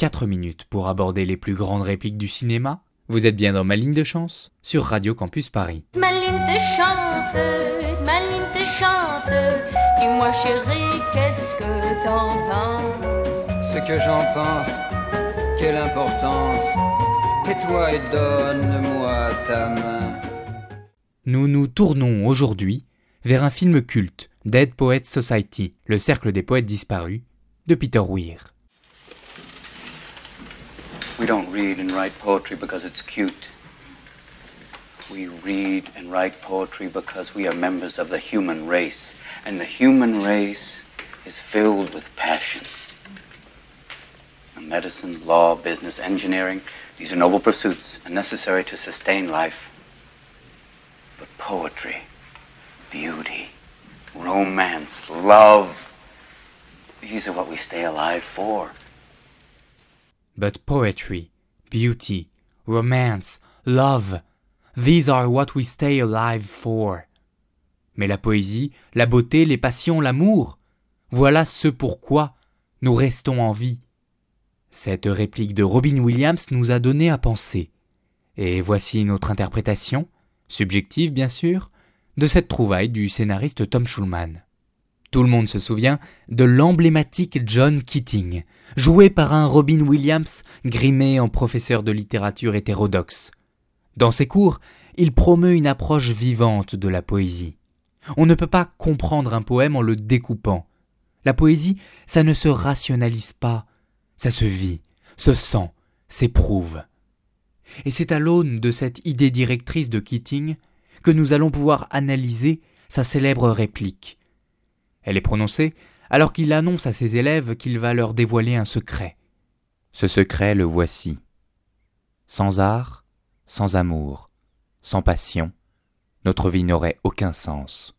4 minutes pour aborder les plus grandes répliques du cinéma. Vous êtes bien dans Ma ligne de chance sur Radio Campus Paris. Ma ligne de chance, dis-moi chérie, qu'est-ce que t'en penses? Ce que j'en pense, quelle importance, tais-toi et donne-moi ta main. Nous nous tournons aujourd'hui vers un film culte, Dead Poets Society, le cercle des poètes disparus, de Peter Weir. We don't read and write poetry because it's cute. We read and write poetry because we are members of the human race, and the human race is filled with passion. Medicine, law, business, engineering, these are noble pursuits and necessary to sustain life. But poetry, beauty, romance, love, these are what we stay alive for. But poetry, beauty, romance, love, these are what we stay alive for. Mais la poésie, la beauté, les passions, l'amour, voilà ce pourquoi nous restons en vie. Cette réplique de Robin Williams nous a donné à penser. Et voici notre interprétation, subjective bien sûr, de cette trouvaille du scénariste Tom Schulman. Tout le monde se souvient de l'emblématique John Keating, joué par un Robin Williams grimé en professeur de littérature hétérodoxe. Dans ses cours, il promeut une approche vivante de la poésie. On ne peut pas comprendre un poème en le découpant. La poésie, ça ne se rationalise pas, ça se vit, se sent, s'éprouve. Et c'est à l'aune de cette idée directrice de Keating que nous allons pouvoir analyser sa célèbre réplique. Elle est prononcée alors qu'il annonce à ses élèves qu'il va leur dévoiler un secret. Ce secret, le voici. Sans art, sans amour, sans passion, notre vie n'aurait aucun sens.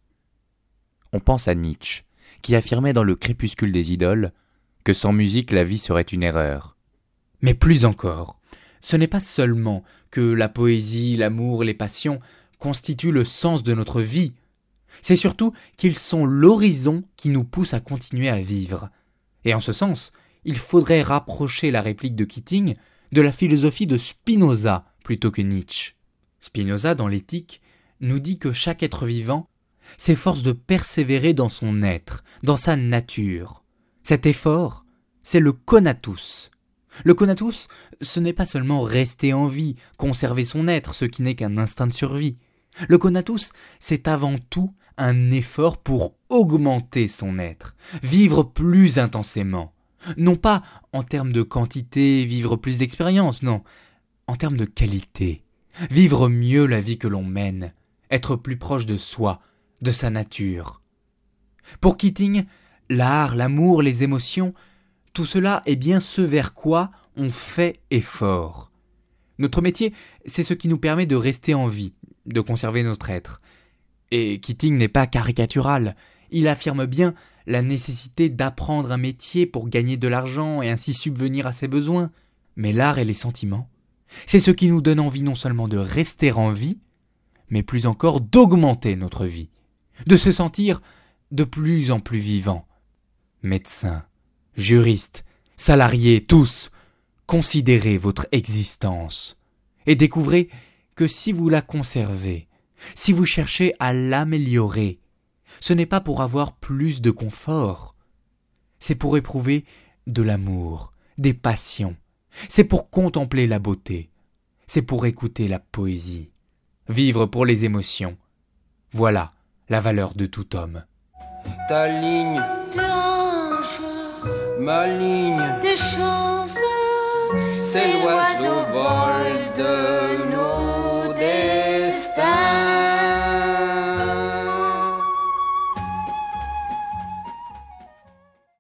On pense à Nietzsche, qui affirmait dans le Crépuscule des idoles que sans musique la vie serait une erreur. Mais plus encore, ce n'est pas seulement que la poésie, l'amour, les passions constituent le sens de notre vie, c'est surtout qu'ils sont l'horizon qui nous pousse à continuer à vivre. Et en ce sens, il faudrait rapprocher la réplique de Keating de la philosophie de Spinoza plutôt que Nietzsche. Spinoza, dans l'Éthique, nous dit que chaque être vivant s'efforce de persévérer dans son être, dans sa nature. Cet effort, c'est le conatus. Le conatus, ce n'est pas seulement rester en vie, conserver son être, ce qui n'est qu'un instinct de survie. Le conatus, c'est avant tout un effort pour augmenter son être, vivre plus intensément. Non pas en termes de quantité, vivre plus d'expérience, non, en termes de qualité. Vivre mieux la vie que l'on mène, être plus proche de soi, de sa nature. Pour Keating, l'art, l'amour, les émotions, tout cela est bien ce vers quoi on fait effort. Notre métier, c'est ce qui nous permet de rester en vie, de conserver notre être. Et Keating n'est pas caricatural, il affirme bien la nécessité d'apprendre un métier pour gagner de l'argent et ainsi subvenir à ses besoins. Mais l'art et les sentiments, c'est ce qui nous donne envie non seulement de rester en vie, mais plus encore d'augmenter notre vie, de se sentir de plus en plus vivant. Médecins, juristes, salariés, tous, considérez votre existence et découvrez que si vous la conservez, si vous cherchez à l'améliorer, ce n'est pas pour avoir plus de confort, c'est pour éprouver de l'amour, des passions, c'est pour contempler la beauté, c'est pour écouter la poésie, vivre pour les émotions. Voilà la valeur de tout homme. Ta ligne, De hanches, ma ligne, de chance, c'est l'oiseau vol de nos destins.